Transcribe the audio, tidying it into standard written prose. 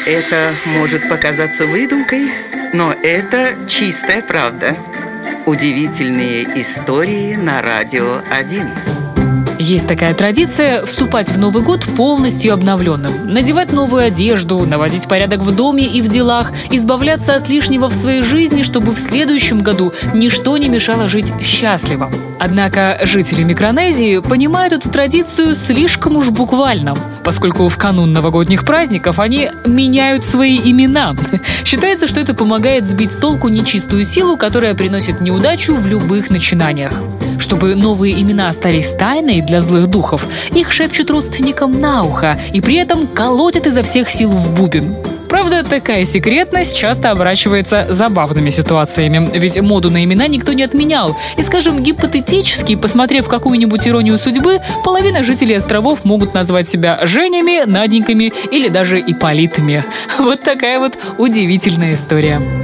Это может показаться выдумкой, но это чистая правда. Удивительные истории на Радио 1. Есть такая традиция вступать в Новый год полностью обновленным. Надевать новую одежду, наводить порядок в доме и в делах, избавляться от лишнего в своей жизни, чтобы в следующем году ничто не мешало жить счастливо. Однако жители Микронезии понимают эту традицию слишком уж буквально, поскольку в канун новогодних праздников они меняют свои имена. Считается, что это помогает сбить с толку нечистую силу, которая приносит неудачу в любых начинаниях. Чтобы новые имена остались тайной для злых духов, их шепчут родственникам на ухо и при этом колотят изо всех сил в бубен. Правда, такая секретность часто оборачивается забавными ситуациями, ведь моду на имена никто не отменял. И, скажем, гипотетически, посмотрев какую-нибудь иронию судьбы, половина жителей островов могут назвать себя Женями, Наденьками или даже Ипполитами. Вот такая вот удивительная история.